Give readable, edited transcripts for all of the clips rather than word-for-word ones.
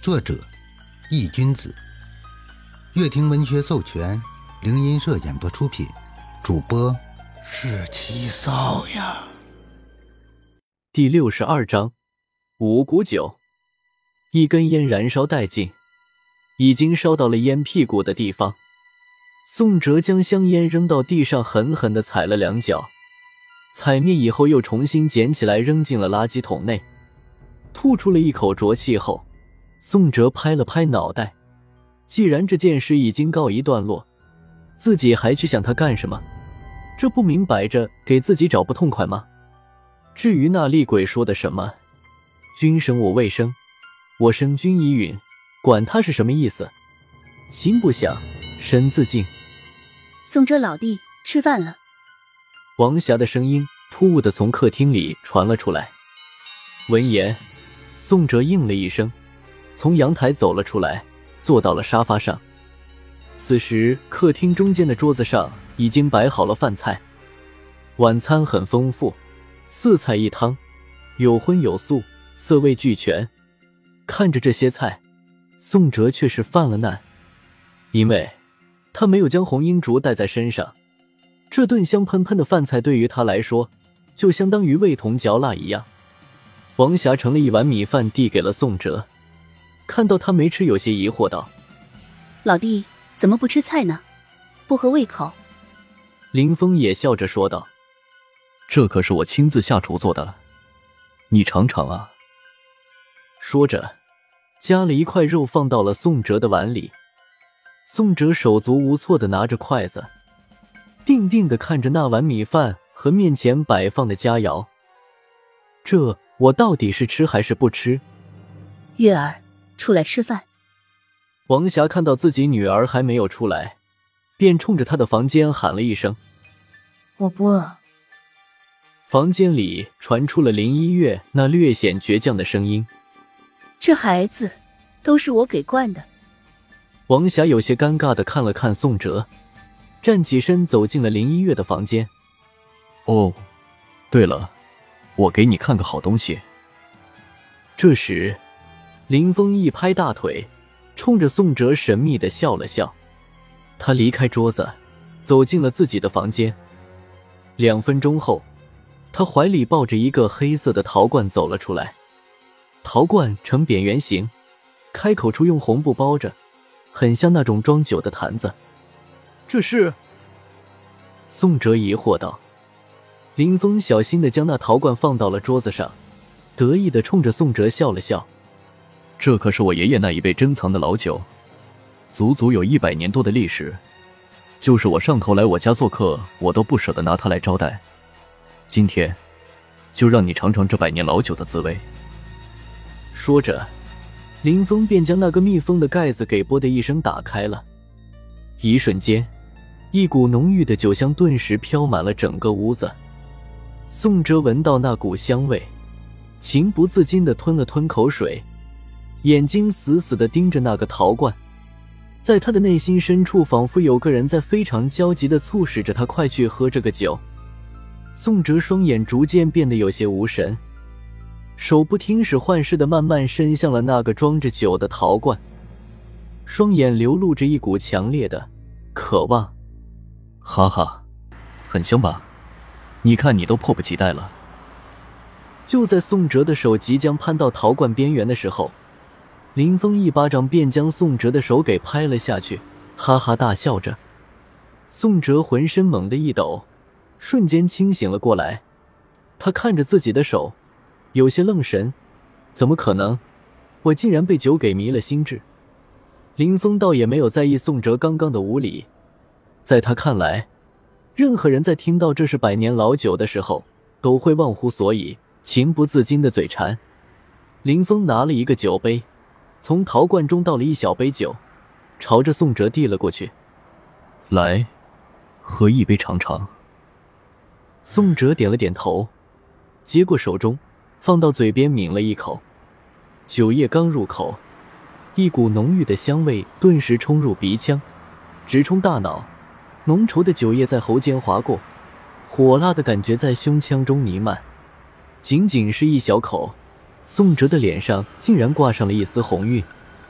作者易君子，乐亭文学授权，灵音社演播出品，主播是七少呀。 第62章五谷酒。一根烟燃烧殆尽，已经烧到了烟屁股的地方。宋哲将香烟扔到地上，狠狠地踩了2脚，踩灭以后又重新捡起来扔进了垃圾桶内，吐出了一口浊气后，宋哲拍了拍脑袋，既然这件事已经告一段落，自己还去想他干什么？这不明摆着给自己找不痛快吗？至于那厉鬼说的什么君生我未生，我生君已允，管他是什么意思，心不想身自静。 宋哲老弟，吃饭了。 王霞的声音突兀地从客厅里传了出来。闻言，宋哲应了一声，从阳台走了出来，坐到了沙发上。此时客厅中间的桌子上已经摆好了饭菜，晚餐很丰富，4菜1汤，有荤有素，色味俱全。看着这些菜，宋哲却是犯了难，因为他没有将红缨烛带在身上，这顿香喷喷的饭菜对于他来说就相当于味同嚼蜡一样。王霞盛了一碗米饭递给了宋哲，看到他没吃，有些疑惑道： 老弟，怎么不吃菜呢？不合胃口？ 林峰也笑着说道： 这可是我亲自下厨做的，你尝尝啊。 说着夹了一块肉放到了宋哲的碗里。宋哲手足无措地拿着筷子，定定地看着那碗米饭和面前摆放的佳肴。这我到底是吃还是不吃？ 月儿，出来吃饭。 王霞看到自己女儿还没有出来，便冲着她的房间喊了一声： 我不饿。 房间里传出了林一月那略显倔强的声音： 这孩子都是我给惯的。 王霞有些尴尬地看了看宋哲，站起身走进了林一月的房间。 哦，对了，我给你看个好东西。 这时林峰一拍大腿，冲着宋哲神秘地笑了笑。他离开桌子，走进了自己的房间。2分钟后，他怀里抱着一个黑色的陶罐走了出来。陶罐呈扁圆形，开口处用红布包着，很像那种装酒的坛子。这是？宋哲疑惑道。林峰小心地将那陶罐放到了桌子上，得意地冲着宋哲笑了笑。 这可是我爷爷那一辈珍藏的老酒，足足有100年多的历史，就是我上头来我家做客，我都不舍得拿它来招待。今天就让你尝尝这100年老酒的滋味。 说着，林峰便将那个密封的盖子给啵的一声打开了。一瞬间，一股浓郁的酒香顿时飘满了整个屋子。宋哲闻到那股香味，情不自禁地吞了吞口水，眼睛死死地盯着那个陶罐。在他的内心深处，仿佛有个人在非常焦急地促使着他快去喝这个酒。宋哲双眼逐渐变得有些无神，手不听使唤似的慢慢伸向了那个装着酒的陶罐，双眼流露着一股强烈的渴望。 哈哈，很香吧？你看你都迫不及待了。 就在宋哲的手即将攀到陶罐边缘的时候，林峰一巴掌便将宋哲的手给拍了下去，哈哈大笑着。宋哲浑身猛地一抖，瞬间清醒了过来。他看着自己的手，有些愣神，怎么可能？我竟然被酒给迷了心智。林峰倒也没有在意宋哲刚刚的无礼，在他看来，任何人在听到这是100年老酒的时候，都会忘乎所以，情不自禁的嘴馋。林峰拿了一个酒杯，从陶罐中倒了一小杯酒，朝着宋哲递了过去。 来，喝一杯尝尝。 宋哲点了点头，接过手中，放到嘴边抿了一口。酒液刚入口，一股浓郁的香味顿时冲入鼻腔，直冲大脑，浓稠的酒液在喉间划过，火辣的感觉在胸腔中弥漫。仅仅是一小口，宋哲的脸上竟然挂上了一丝红晕。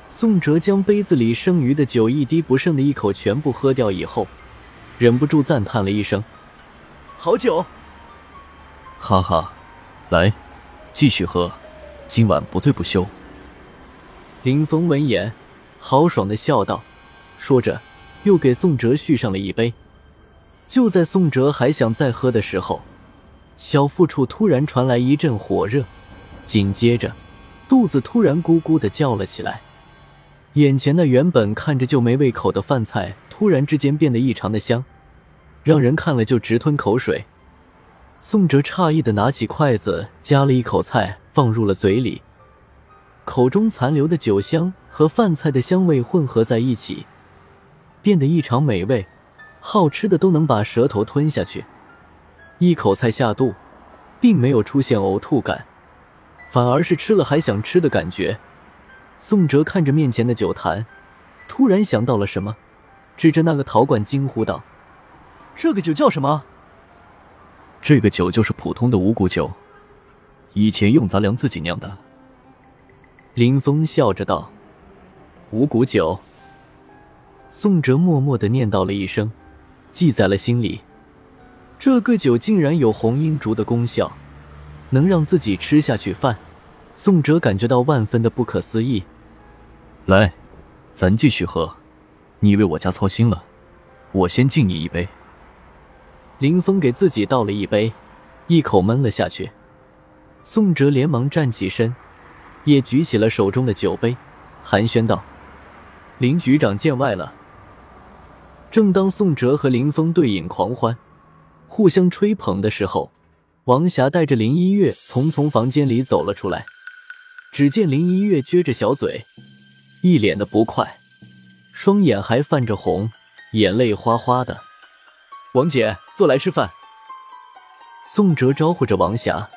宋哲将杯子里剩余的酒一滴不剩的一口全部喝掉以后，忍不住赞叹了一声：“好酒！” 哈哈，来，继续喝，今晚不醉不休。 林峰闻言豪爽地笑道，说着又给宋哲续上了一杯。就在宋哲还想再喝的时候，小腹处突然传来一阵火热，紧接着肚子突然咕咕地叫了起来。眼前那原本看着就没胃口的饭菜突然之间变得异常的香，让人看了就直吞口水。宋哲诧异地拿起筷子夹了一口菜放入了嘴里，口中残留的酒香和饭菜的香味混合在一起，变得异常美味，好吃的都能把舌头吞下去。一口菜下肚，并没有出现呕吐感，反而是吃了还想吃的感觉。宋哲看着面前的酒坛，突然想到了什么，指着那个陶罐惊呼道：“这个酒叫什么？” 这个酒就是普通的五谷酒，以前用杂粮自己酿的。 林峰笑着道：“五谷酒。”宋哲默默地念叨了一声，记在了心里。这个酒竟然有红罂竹的功效，能让自己吃下去饭。宋哲感觉到万分的不可思议。 来，咱继续喝，你为我家操心了，我先敬你一杯。 林峰给自己倒了一杯，一口闷了下去。宋哲连忙站起身，也举起了手中的酒杯，寒暄道：“林局长见外了。”正当宋哲和林峰对饮狂欢，互相吹捧的时候，王霞带着林一月从房间里走了出来。只见林一月撅着小嘴，一脸的不快，双眼还泛着红，眼泪哗哗的。“王姐，坐来吃饭。”宋哲招呼着王霞。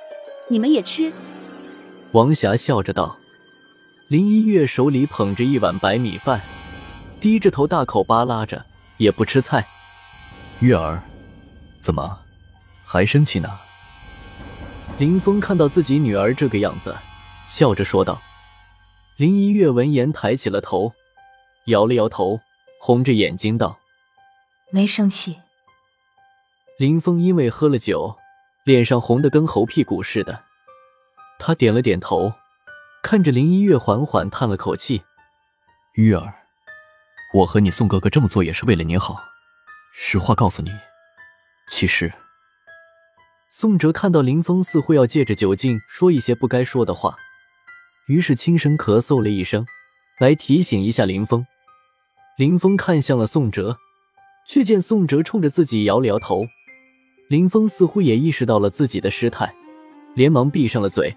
“你们也吃。” 王霞笑着道。林一月手里捧着一碗白米饭，低着头大口扒拉着，也不吃菜。 “月儿，怎么还生气呢？” 林峰看到自己女儿这个样子，笑着说道。林一月闻言抬起了头，摇了摇头，红着眼睛道：“ 没生气。” 林峰因为喝了酒，脸上红得跟猴屁股似的。他点了点头，看着林一月缓缓叹了口气：“ 月儿，我和你宋哥哥这么做也是为了你好。实话告诉你，其实……” 宋哲看到林峰似乎要借着酒劲说一些不该说的话，于是轻声咳嗽了一声，来提醒一下林峰。林峰看向了宋哲，却见宋哲冲着自己摇了摇头。林峰似乎也意识到了自己的失态，连忙闭上了嘴。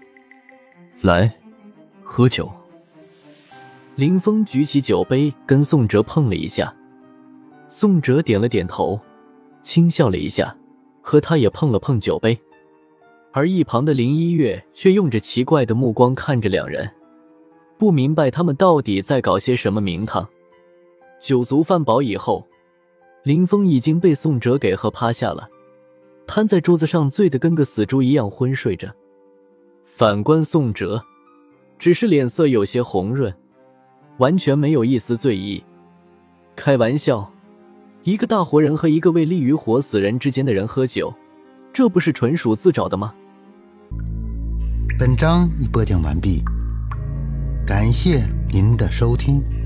“来，喝酒。” 林峰举起酒杯跟宋哲碰了一下，宋哲点了点头，轻笑了一下，和他也碰了碰酒杯。而一旁的林一月却用着奇怪的目光看着两人，不明白他们到底在搞些什么名堂。酒足饭饱以后，林峰已经被宋哲给喝趴下了，瘫在桌子上醉得跟个死猪一样昏睡着。反观宋哲，只是脸色有些红润，完全没有一丝醉意。开玩笑，一个大活人和一个为立于活死人之间的人喝酒，这不是纯属自找的吗？ 本章已播讲完毕，感谢您的收听。